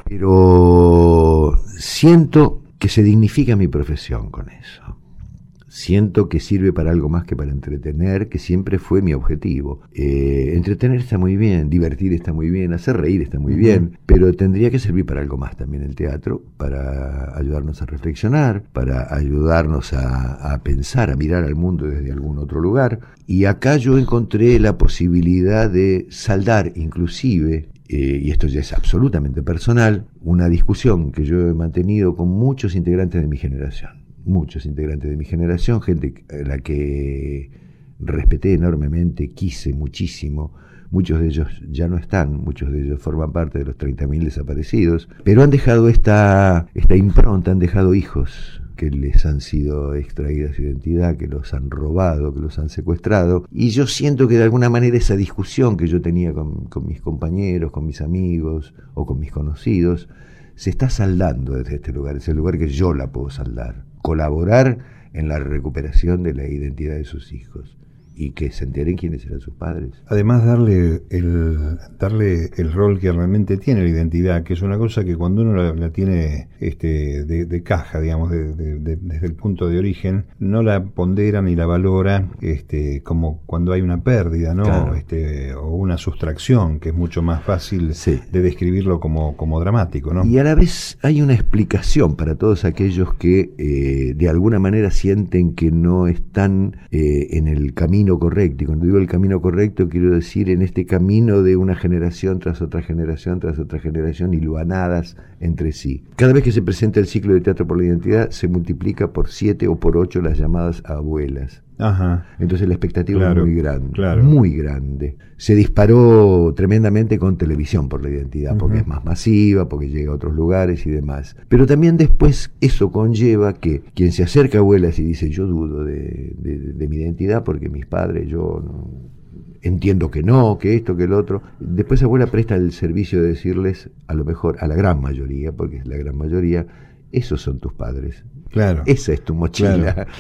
Pero siento que se dignifica mi profesión con eso. Siento que sirve para algo más que para entretener, que siempre fue mi objetivo. Eh, entretener está muy bien, divertir está muy bien, hacer reír está muy uh-huh. bien, pero tendría que servir para algo más también el teatro, para ayudarnos a reflexionar, para ayudarnos a, a pensar, a mirar al mundo desde algún otro lugar. Y acá yo encontré la posibilidad de saldar inclusive, eh, y esto ya es absolutamente personal, una discusión que yo he mantenido con muchos integrantes de mi generación. Muchos integrantes de mi generación, gente a la que respeté enormemente, quise muchísimo. Muchos de ellos ya no están, muchos de ellos forman parte de los treinta mil desaparecidos, pero han dejado esta, esta impronta, han dejado hijos que les han sido extraídas su identidad, que los han robado, que los han secuestrado, y yo siento que de alguna manera esa discusión que yo tenía con, con mis compañeros, con mis amigos o con mis conocidos, se está saldando desde este lugar, es el lugar que yo la puedo saldar. Colaborar en la recuperación de la identidad de sus hijos y que se enteren quiénes eran sus padres. Además, darle el darle el rol que realmente tiene la identidad, que es una cosa que cuando uno la, la tiene este de, de caja, digamos, de, de, de, desde el punto de origen, no la pondera ni la valora este como cuando hay una pérdida, ¿no? Claro. Este, o una sustracción, que es mucho más fácil sí. de describirlo como, como dramático, ¿no? Y a la vez hay una explicación para todos aquellos que eh, de alguna manera sienten que no están eh, en el camino correcto, y cuando digo el camino correcto quiero decir en este camino de una generación tras otra generación tras otra generación hilvanadas entre sí. Cada vez que se presenta el ciclo de Teatro por la Identidad se multiplica por siete o por ocho las llamadas abuelas. Ajá. Entonces la expectativa claro, es muy grande, claro. muy grande. Se disparó tremendamente con Televisión por la Identidad, uh-huh. porque es más masiva, porque llega a otros lugares y demás. Pero también después eso conlleva que quien se acerca a abuelas y dice yo dudo de, de, de mi identidad porque mis padres, yo no, entiendo que no, que esto, que el otro. Después abuela presta el servicio de decirles, a lo mejor a la gran mayoría, porque es la gran mayoría, esos son tus padres. Claro. Esa es tu mochila. Claro.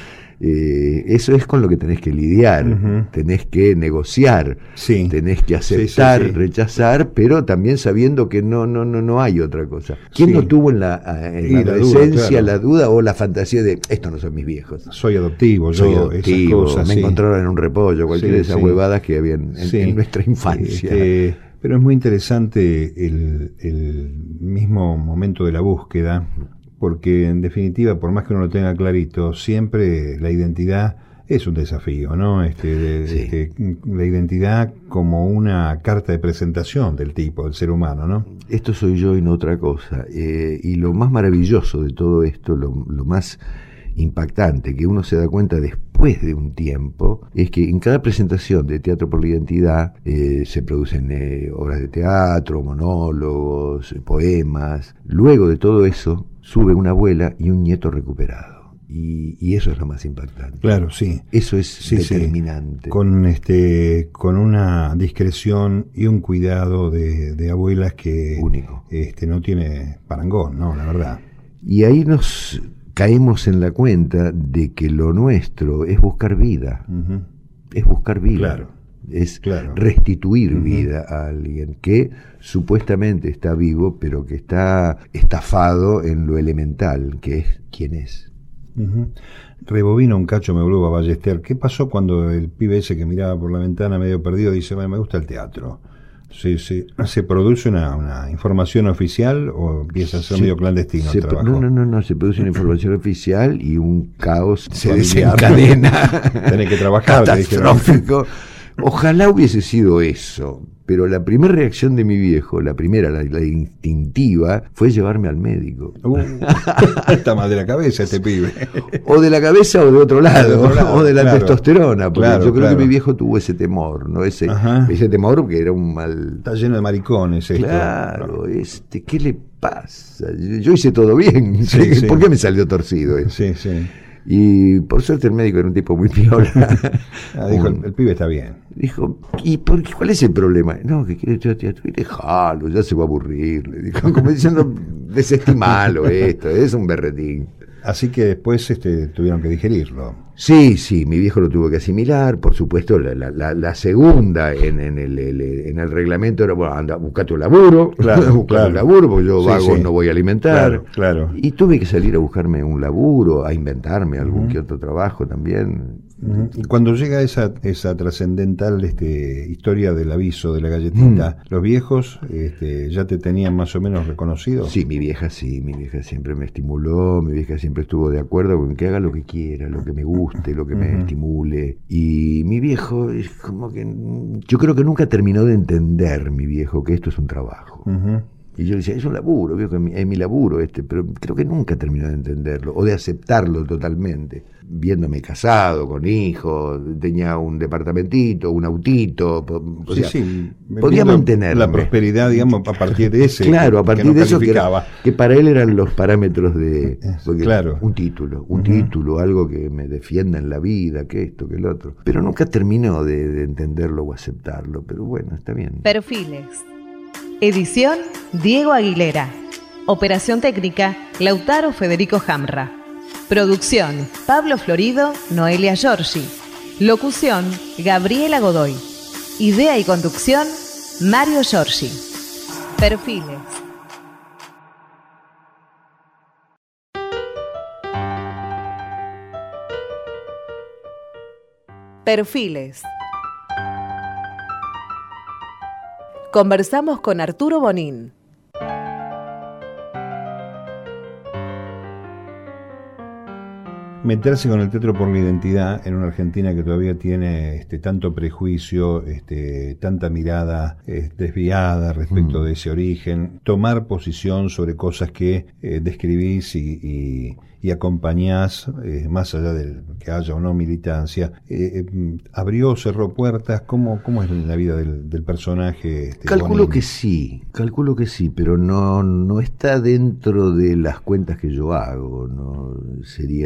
Eh, eso es con lo que tenés que lidiar, Uh-huh. tenés que negociar, Sí. tenés que aceptar, Sí, sí, sí. rechazar, pero también sabiendo que no no no no hay otra cosa. ¿Quién Sí. no tuvo en la, en Y la la adolescencia duda, claro. la duda o la fantasía de estos no son mis viejos? Soy adoptivo, yo, Soy esas adoptivo, cosas, me sí. encontraron en un repollo, cualquiera Sí, de esas sí. huevadas que había en, en- Sí. en nuestra infancia. Este, pero es muy interesante el, el mismo momento de la búsqueda, porque en definitiva, por más que uno lo tenga clarito, siempre la identidad es un desafío, ¿no? Este, de- Sí. este, la identidad como una carta de presentación del tipo, del ser humano, ¿no? Esto soy yo y no otra cosa. Eh, y lo más maravilloso de todo esto, lo, lo más impactante, que uno se da cuenta después de un tiempo, es que en cada presentación de Teatro por la Identidad eh, se producen eh, obras de teatro, monólogos, eh, poemas. Luego de todo eso, sube una abuela y un nieto recuperado. Y, y eso es lo más impactante. Claro, sí. Eso es Sí, sí. determinante. Con este, con una discreción y un cuidado de, de abuelas que Único. este no tiene parangón, ¿no? La verdad. Y ahí nos caemos en la cuenta de que lo nuestro es buscar vida, Ujú. es buscar vida, Claro. es Claro. restituir Ujú. vida a alguien que supuestamente está vivo, pero que está estafado en lo elemental, que es quién es. Ujú. Rebobina un cacho, me vuelvo a Ballester. ¿Qué pasó cuando el pibe ese que miraba por la ventana medio perdido dice, "Bueno, me gusta el teatro"? ¿Se, se, ¿se produce una, una información oficial o empieza a ser Se- medio clandestino se el pro- trabajo? no, no, no, no, se produce una información oficial y un caos se Familiar. desencadena. Tenés que trabajar, te dijeron. Catastrófico. Ojalá hubiese sido eso, pero la primera reacción de mi viejo, la primera, la, la instintiva, fue llevarme al médico. Uh, está mal de la cabeza este pibe. O de la cabeza o de otro lado, De otro lado, o de la claro. testosterona, porque Claro, yo creo claro. que mi viejo tuvo ese temor, ¿no? Ese, Ajá. ese temor que era un mal... Está lleno de maricones esto. Claro, este, ¿qué le pasa? Yo, yo hice todo bien, Sí, sí. ¿por qué me salió torcido esto? Sí, sí. Y por suerte el médico era un tipo muy piola. Ah, dijo, el, Un- el pibe está bien. Dijo, ¿y por qué, cuál es el problema? No, que quiere estudiar teatro. Y dejalo, ya se va a aburrir. Le dijo, como diciendo, desestimalo esto, es un berretín. Así que después este, tuvieron que digerirlo. Sí, sí, mi viejo lo tuvo que asimilar. Por supuesto, la, la, la, la segunda en, en, el, el- en el reglamento era, bueno, anda, buscate un laburo. Claro, buscate claro. un laburo, porque yo Sí, vago sí. no voy a alimentar. Claro, claro. Y tuve que salir a buscarme un laburo, a inventarme algún Ujú. que otro trabajo también. Ujú. Y cuando llega esa, esa trascendental este, historia del aviso de la galletita, Mm. ¿los viejos este, ya te tenían más o menos reconocido? Sí, mi vieja sí, mi vieja siempre me estimuló, mi vieja siempre estuvo de acuerdo con que haga lo que quiera, lo que me guste, lo que me Ujú. estimule. Y mi viejo es como que, yo creo que nunca terminó de entender, mi viejo, que esto es un trabajo. Ujú. Y yo le decía, es un laburo, viejo, es mi, es mi laburo este, pero creo que nunca terminó de entenderlo, o de aceptarlo totalmente. Viéndome casado, con hijos, tenía un departamentito, un autito, po- o Sí, sea, sí. podía Viendo mantenerme. la prosperidad, digamos, a partir de ese. Claro, que- a partir que no de eso que, era- calificaba. que para él eran los parámetros de porque claro. un título, un Ujú. título, algo que me defienda en la vida, que esto, que el otro. Pero nunca terminó de, de entenderlo o aceptarlo, pero bueno, está bien. Perfiles. Edición Diego Aguilera. Operación técnica Lautaro Federico Jamra. Producción Pablo Florido, Noelia Giorgi. Locución Gabriela Godoy. Idea y conducción Mario Giorgi. Perfiles. Perfiles. Conversamos con Arturo Bonín. Meterse con el teatro por la identidad en una Argentina que todavía tiene este, tanto prejuicio, este, tanta mirada eh, desviada respecto Mm. de ese origen, tomar posición sobre cosas que eh, describís y, y, y acompañás, eh, más allá de que haya o no militancia, eh, eh, abrió, cerró puertas. ¿Cómo, cómo es la vida del, del personaje? Este, Calculo Bonín? que sí, calculo que sí, pero no, no está dentro de las cuentas que yo hago, no sería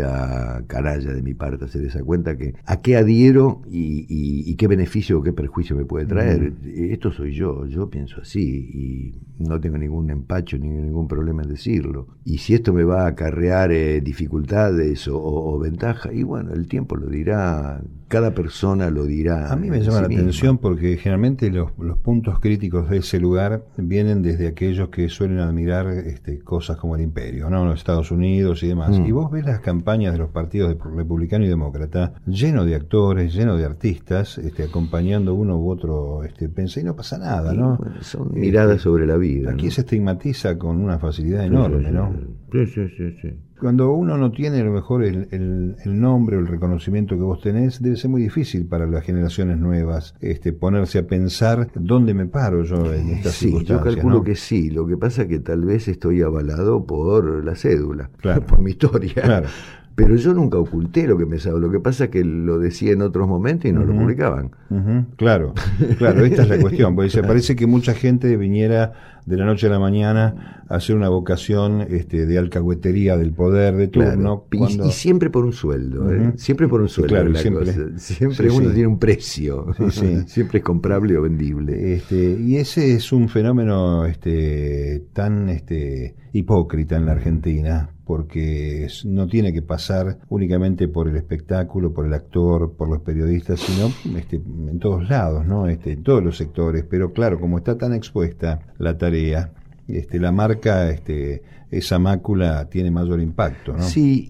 sería canalla de mi parte hacer esa cuenta, que a qué adhiero y, y, y qué beneficio o qué perjuicio me puede traer. Mm. Esto soy yo, yo pienso así y no tengo ningún empacho ni ningún problema en decirlo. Y si esto me va a acarrear eh, dificultades o, o, o ventajas, y bueno, el tiempo lo dirá, cada persona lo dirá. A mí me llama sí la misma. atención porque generalmente los, los puntos críticos de ese lugar vienen desde aquellos que suelen admirar este, cosas como el imperio, ¿no? Los Estados Unidos y demás. Mm. Y vos ves las campañas de los partidos de republicano y demócrata lleno de actores, lleno de artistas, este, acompañando uno u otro este, pensé, y no pasa nada, ¿no? Sí, bueno, son este, miradas sobre la vida. Aquí ¿no? se estigmatiza con una facilidad enorme, sí, sí, ¿no? Sí, sí, sí, sí. Cuando uno no tiene a lo mejor el, el, el nombre o el reconocimiento que vos tenés, debe ser muy difícil para las generaciones nuevas este, ponerse a pensar dónde me paro yo en estas sí, circunstancias. Yo calculo ¿no? que sí, lo que pasa es que tal vez estoy avalado por la cédula, claro. por mi historia. Claro. Pero yo nunca oculté lo que pensaba, lo que pasa es que lo decía en otros momentos y no uh-huh. lo publicaban. Uh-huh. Claro, claro, esta es la cuestión, porque se parece que mucha gente viniera de la noche a la mañana a hacer una vocación este, de alcahuetería del poder de turno. Claro. Cuando... Y, y siempre por un sueldo, uh-huh. ¿eh? siempre por un sueldo. Claro, la siempre, cosa. siempre sí, uno sí. tiene un precio, sí, sí. siempre es comprable o vendible. Este, y ese es un fenómeno este, tan este, hipócrita en la Argentina, porque no tiene que pasar únicamente por el espectáculo, por el actor, por los periodistas, sino este, en todos lados, ¿no? Este, en todos los sectores. Pero claro, como está tan expuesta la tarea, este, la marca, este, esa mácula tiene mayor impacto, ¿no? Sí.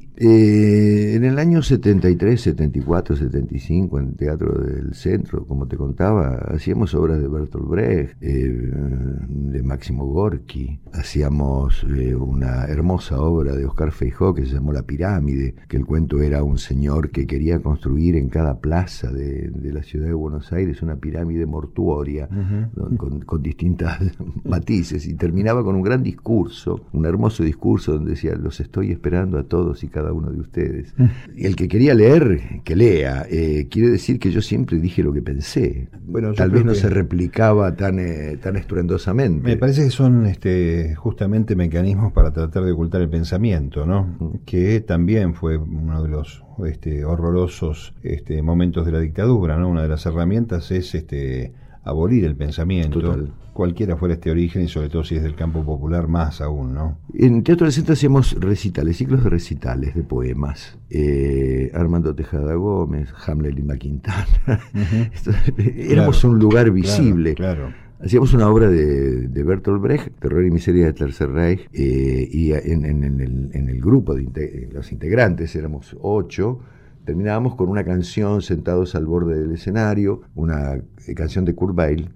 Eh, en el año setenta y tres, setenta y cuatro, setenta y cinco, en el Teatro del Centro, como te contaba, hacíamos obras de Bertolt Brecht, eh, de Máximo Gorki, hacíamos eh, una hermosa obra de Oscar Feijó que se llamó La Pirámide, que el cuento era un señor que quería construir en cada plaza de, de la ciudad de Buenos Aires una pirámide mortuoria, uh-huh. con, con distintas matices, y terminaba con un gran discurso, un hermoso discurso donde decía: los estoy esperando a todos y cada uno de ustedes. Y el que quería leer, que lea. Eh, quiere decir que yo siempre dije lo que pensé. Bueno, tal vez no se replicaba tan eh, tan estruendosamente. Me parece que son este, justamente mecanismos para tratar de ocultar el pensamiento, ¿no? Uh-huh. Que también fue uno de los este, horrorosos este, momentos de la dictadura, ¿no? Una de las herramientas es este, abolir el pensamiento. Total. Cualquiera fuera este origen, y sobre todo si es del campo popular, más aún, ¿no? En Teatro del Centro hacíamos recitales, ciclos de recitales de poemas. Eh, Armando Tejada Gómez, Hamlet y Quintana. Uh-huh. Éramos claro, un lugar visible. Claro, claro. Hacíamos una obra de, de Bertolt Brecht, Terror y Miseria del Tercer Reich, eh, y en, en, en, el, en el grupo de inte- los integrantes, éramos ocho, terminábamos con una canción sentados al borde del escenario, una eh, canción de Kurt Weill,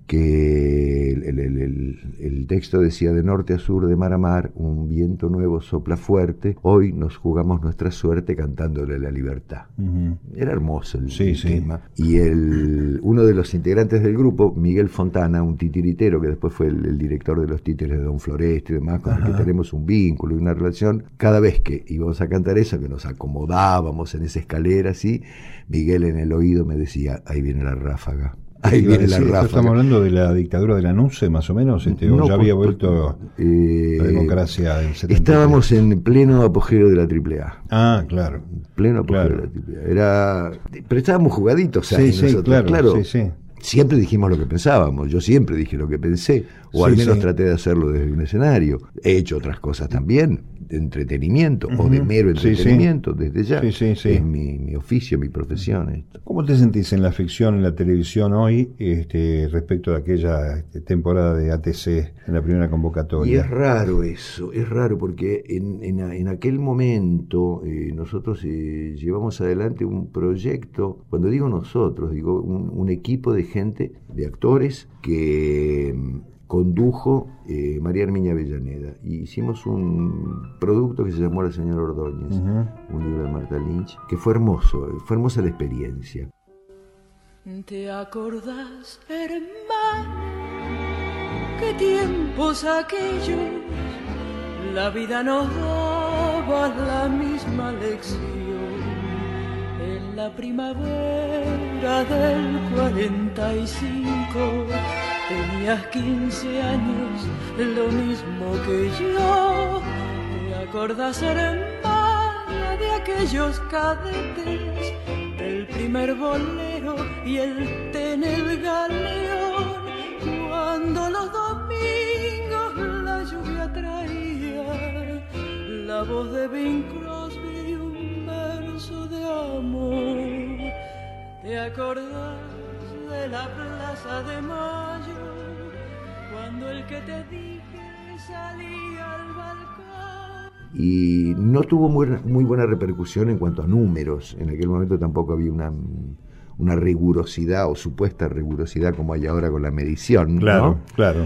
que el, el, el, el texto decía: de norte a sur, de mar a mar, un viento nuevo sopla fuerte, hoy nos jugamos nuestra suerte cantándole la libertad. Uh-huh. Era hermoso el, sí, el sí. tema. Y el, uno de los integrantes del grupo, Miguel Fontana, un titiritero que después fue el, el director de los títeres de Don Floreste y demás, con Ajá. el que tenemos un vínculo y una relación, cada vez que íbamos a cantar eso, que nos acomodábamos en esa escalera, así, Miguel en el oído me decía: ahí viene la ráfaga. Ahí viene la ráfaga. Estamos hablando de la dictadura de la N U C E, más o menos, este, no, o ya había vuelto eh, la democracia del setenta y tres. Estábamos en pleno apogeo de la triple A. Ah, claro. Pleno apogeo claro. de la triple A. Era, pero estábamos jugaditos sí, ahí sí, nosotros, claro, claro. Sí, sí. Siempre dijimos lo que pensábamos, yo siempre dije lo que pensé, o sí, al menos sí. traté de hacerlo desde un escenario. He hecho otras cosas también, de entretenimiento, uh-huh. o de mero entretenimiento, sí, sí. desde ya. Sí, sí, sí. Es mi, mi oficio, mi profesión. Esto. ¿Cómo te sentís en la ficción, en la televisión hoy, este, respecto de aquella este, temporada de A T C en la primera convocatoria? Y es raro eso, es raro porque en, en, en aquel momento eh, nosotros eh, llevamos adelante un proyecto, cuando digo nosotros, digo un, un equipo de gente, de actores, que condujo eh, María Herminia Avellaneda. Y hicimos un producto que se llamó La Señora Ordóñez, uh-huh. un libro de Marta Lynch, que fue hermoso, fue hermosa la experiencia. ¿Te acordás, hermano, qué tiempos aquellos? La vida nos daba la misma lección. En la primavera del cuarenta y cinco tenías quince años, lo mismo que yo. ¿Te acordás, hermana, de aquellos cadetes del primer bolero y el té en el galeón, cuando los domingos la lluvia traía la voz de Bing Crosby y un verso de amor. ¿Te acordás de la Plaza de Mayo, cuando el que te dije salía al balcón? Y no tuvo muy, muy buena repercusión en cuanto a números. En aquel momento tampoco había una, una rigurosidad o supuesta rigurosidad como hay ahora con la medición, claro, ¿no? Claro.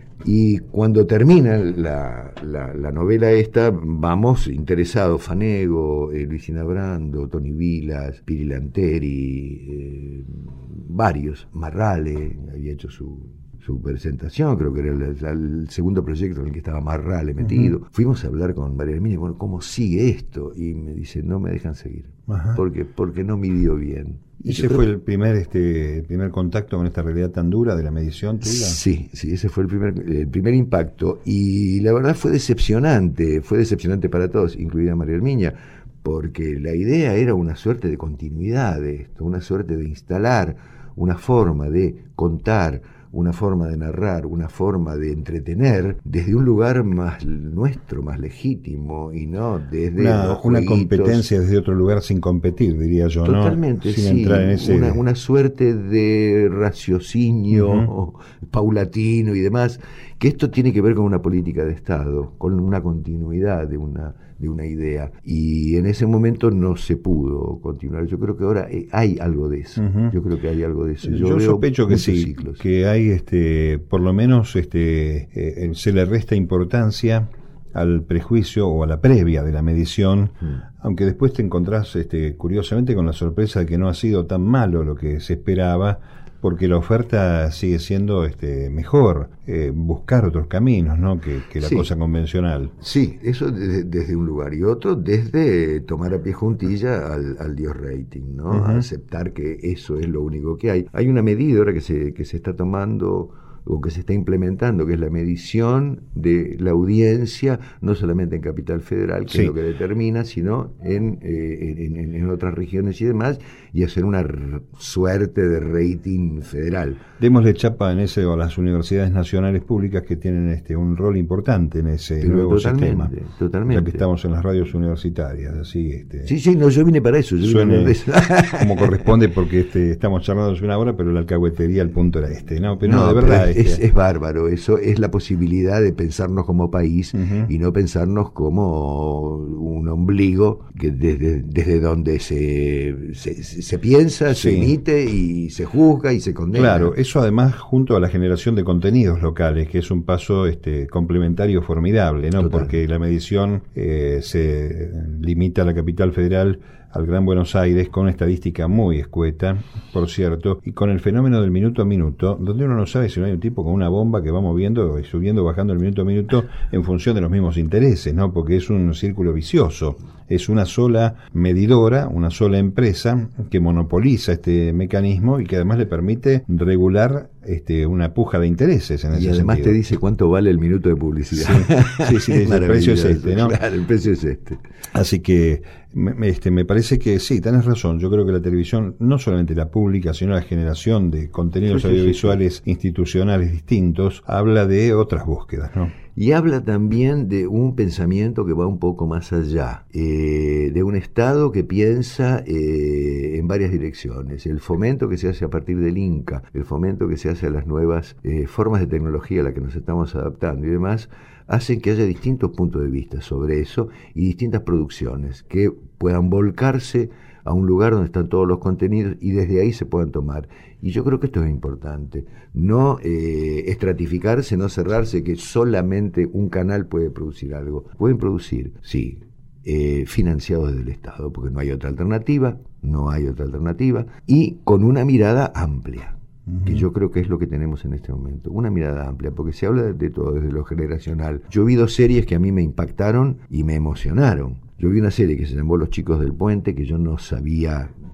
Y cuando termina la, la, la novela esta, vamos interesados, Fanego, eh, Luisina Brando, Tony Vilas, Piri Lanteri, eh, varios, Marrale había hecho su, su presentación, creo que era el, el segundo proyecto en el que estaba Marrale metido. Uh-huh. Fuimos a hablar con María Herminia, bueno, ¿cómo sigue esto? Y me dice, no me dejan seguir, uh-huh. porque, porque no midió bien. ¿Y ese fue el primer este primer contacto con esta realidad tan dura de la medición tuya? Sí, sí, ese fue el primer el primer impacto, y la verdad fue decepcionante, fue decepcionante para todos, incluida María Herminia, porque la idea era una suerte de continuidad de esto, una suerte de instalar una forma de contar, una forma de narrar, una forma de entretener desde un lugar más nuestro, más legítimo, y no desde una, los una jueguitos. Competencia desde otro lugar sin competir, diría yo. Totalmente, ¿no? Sin sí, entrar en ese... una, una suerte de raciocinio uh-huh. paulatino y demás, que esto tiene que ver con una política de Estado, con una continuidad de una de una idea, y en ese momento no se pudo continuar. Yo creo que ahora hay algo de eso. Uh-huh. Yo creo que hay algo de eso. Yo, Yo veo sospecho que sí, ciclos. que hay este, por lo menos este, eh, se le resta importancia al prejuicio o a la previa de la medición, uh-huh. aunque después te encontrás este, curiosamente con la sorpresa de que no ha sido tan malo lo que se esperaba, porque la oferta sigue siendo este, mejor, eh, buscar otros caminos, ¿no? que, que la sí. cosa convencional. Sí, eso desde, desde un lugar, y otro desde tomar a pie juntilla al, al Dios rating, ¿no? Uh-huh. Aceptar que eso es lo único que hay. Hay una medida ahora que se, que se está tomando o que se está implementando, que es la medición de la audiencia, no solamente en Capital Federal, que sí. es lo que determina, sino en, eh, en, en, en otras regiones y demás, y hacer una r- suerte de rating federal. Démosle chapa en ese a las universidades nacionales públicas, que tienen este un rol importante en ese Pero nuevo totalmente, sistema. Totalmente. Ya que estamos en las radios universitarias, así este. Sí, sí, no, yo vine para eso. Yo suene vine para eso. como corresponde, porque este estamos charlando hace una hora, pero la alcahuetería, el punto era este, ¿no? Pero no, no de verdad. Es, este. es, es bárbaro, eso es la posibilidad de pensarnos como país uh-huh. y no pensarnos como un ombligo que desde, desde donde se, se, se piensa, sí. se emite y se juzga y se condena. Claro, eso además junto a la generación de contenidos locales, que es un paso este complementario formidable, ¿no? Total. Porque la medición eh, se limita a la capital federal, al Gran Buenos Aires, con una estadística muy escueta, por cierto, y con el fenómeno del minuto a minuto, donde uno no sabe si no hay un tipo con una bomba que va moviendo y subiendo, bajando el minuto a minuto en función de los mismos intereses, ¿no? Porque es un círculo vicioso. Es una sola medidora, una sola empresa que monopoliza este mecanismo y que además le permite regular este, una puja de intereses en ese sentido. Y además sentido. Te dice cuánto vale el minuto de publicidad. Sí, sí, sí, es el precio es este, ¿no? Claro, el precio es este. Así que me, este, me parece que sí, tenés razón. Yo creo que la televisión, no solamente la pública, sino la generación de contenidos sí, sí, audiovisuales sí, sí. institucionales distintos, habla de otras búsquedas, ¿no? Y habla también de un pensamiento que va un poco más allá, eh, de un Estado que piensa eh, en varias direcciones. El fomento que se hace a partir del Inca, el fomento que se hace a las nuevas eh, formas de tecnología a las que nos estamos adaptando y demás, hacen que haya distintos puntos de vista sobre eso y distintas producciones que puedan volcarse a un lugar donde están todos los contenidos y desde ahí se puedan tomar. Y yo creo que esto es importante, no eh, estratificarse, no cerrarse, que solamente un canal puede producir algo. Pueden producir, sí, eh, financiados desde el Estado, porque no hay otra alternativa, no hay otra alternativa, y con una mirada amplia, uh-huh. que yo creo que es lo que tenemos en este momento, una mirada amplia, porque se habla de todo, desde lo generacional. Yo vi dos series que a mí me impactaron y me emocionaron. Yo vi una serie que se llamó Los Chicos del Puente, que yo no sabía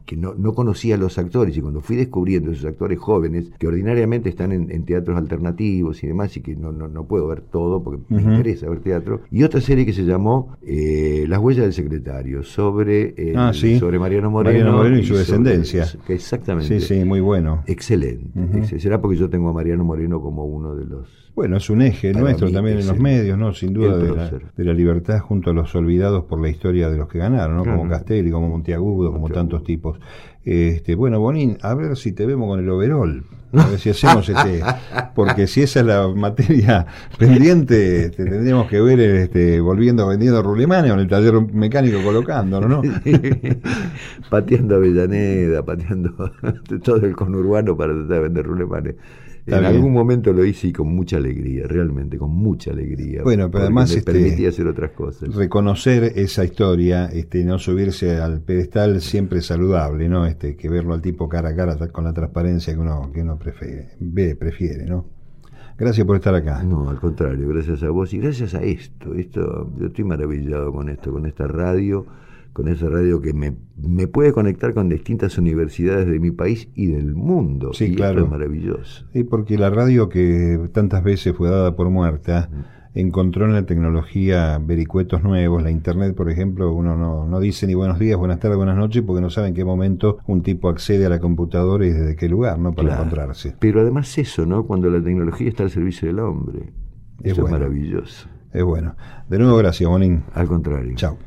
que no, no conocía a los actores, y cuando fui descubriendo esos actores jóvenes, que ordinariamente están en, en teatros alternativos y demás, y que no, no, no puedo ver todo porque uh-huh. me interesa ver teatro, y otra serie que se llamó eh, Las huellas del secretario, sobre, el, ah, ¿sí? sobre Mariano Moreno, Mariano Moreno y, y su sobre, descendencia. Que exactamente. Sí, sí, muy bueno. Excelente. Uh-huh. Excelente. Será porque yo tengo a Mariano Moreno como uno de los... Bueno, es un eje nuestro también en los medios, ¿no? Sin duda, de la, de la libertad junto a los olvidados por la historia de los que ganaron, ¿no? Claro. Como Castelli, como Monteagudo, como tantos tipos. Este, bueno, Bonín, a ver si te vemos con el overol. A ver si hacemos este, porque si esa es la materia pendiente, te tendríamos que ver este, volviendo vendiendo rulemanes o en el taller mecánico colocándolo, ¿no? Pateando Avellaneda, pateando todo el conurbano para tratar de vender rulemanes. Está en bien. Algún momento lo hice y con mucha alegría, realmente, con mucha alegría. Bueno, pero además me este, permitía hacer otras cosas. Reconocer esa historia, este, no subirse al pedestal siempre es saludable, ¿no? Este, que verlo al tipo cara a cara con la transparencia que uno, que uno prefiere, ve, prefiere, ¿no? Gracias por estar acá. No, al contrario, gracias a vos y gracias a esto. Esto, yo estoy maravillado con esto, con esta radio, con esa radio que me, me puede conectar con distintas universidades de mi país y del mundo. Sí, y claro. Esto es maravilloso. Sí, porque la radio que tantas veces fue dada por muerta, mm. encontró en la tecnología vericuetos nuevos. La internet, por ejemplo, uno no, no dice ni buenos días, buenas tardes, buenas noches, porque no sabe en qué momento un tipo accede a la computadora y desde qué lugar, ¿no? Para claro. encontrarse. Pero además eso, ¿no? Cuando la tecnología está al servicio del hombre. Es eso bueno. es maravilloso. Es bueno. De nuevo, gracias, Bonín. Al contrario. Chao.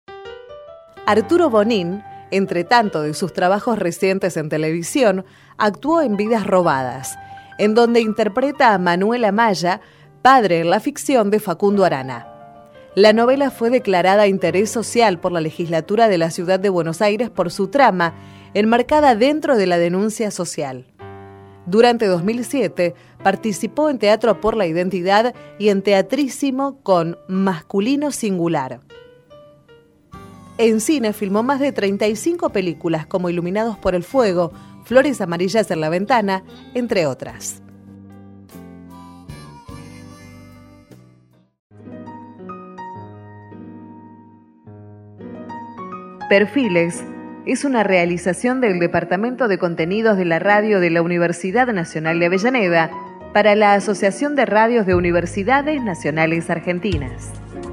Arturo Bonín, entre tanto de sus trabajos recientes en televisión, actuó en Vidas Robadas, en donde interpreta a Manuel Amaya, padre en la ficción de Facundo Arana. La novela fue declarada interés social por la legislatura de la ciudad de Buenos Aires por su trama, enmarcada dentro de la denuncia social. Durante dos mil siete participó en Teatro por la Identidad y en Teatrísimo con Masculino Singular. En cine filmó más de treinta y cinco películas como Iluminados por el Fuego, Flores Amarillas en la Ventana, entre otras. Perfiles es una realización del Departamento de Contenidos de la Radio de la Universidad Nacional de Avellaneda para la Asociación de Radios de Universidades Nacionales Argentinas.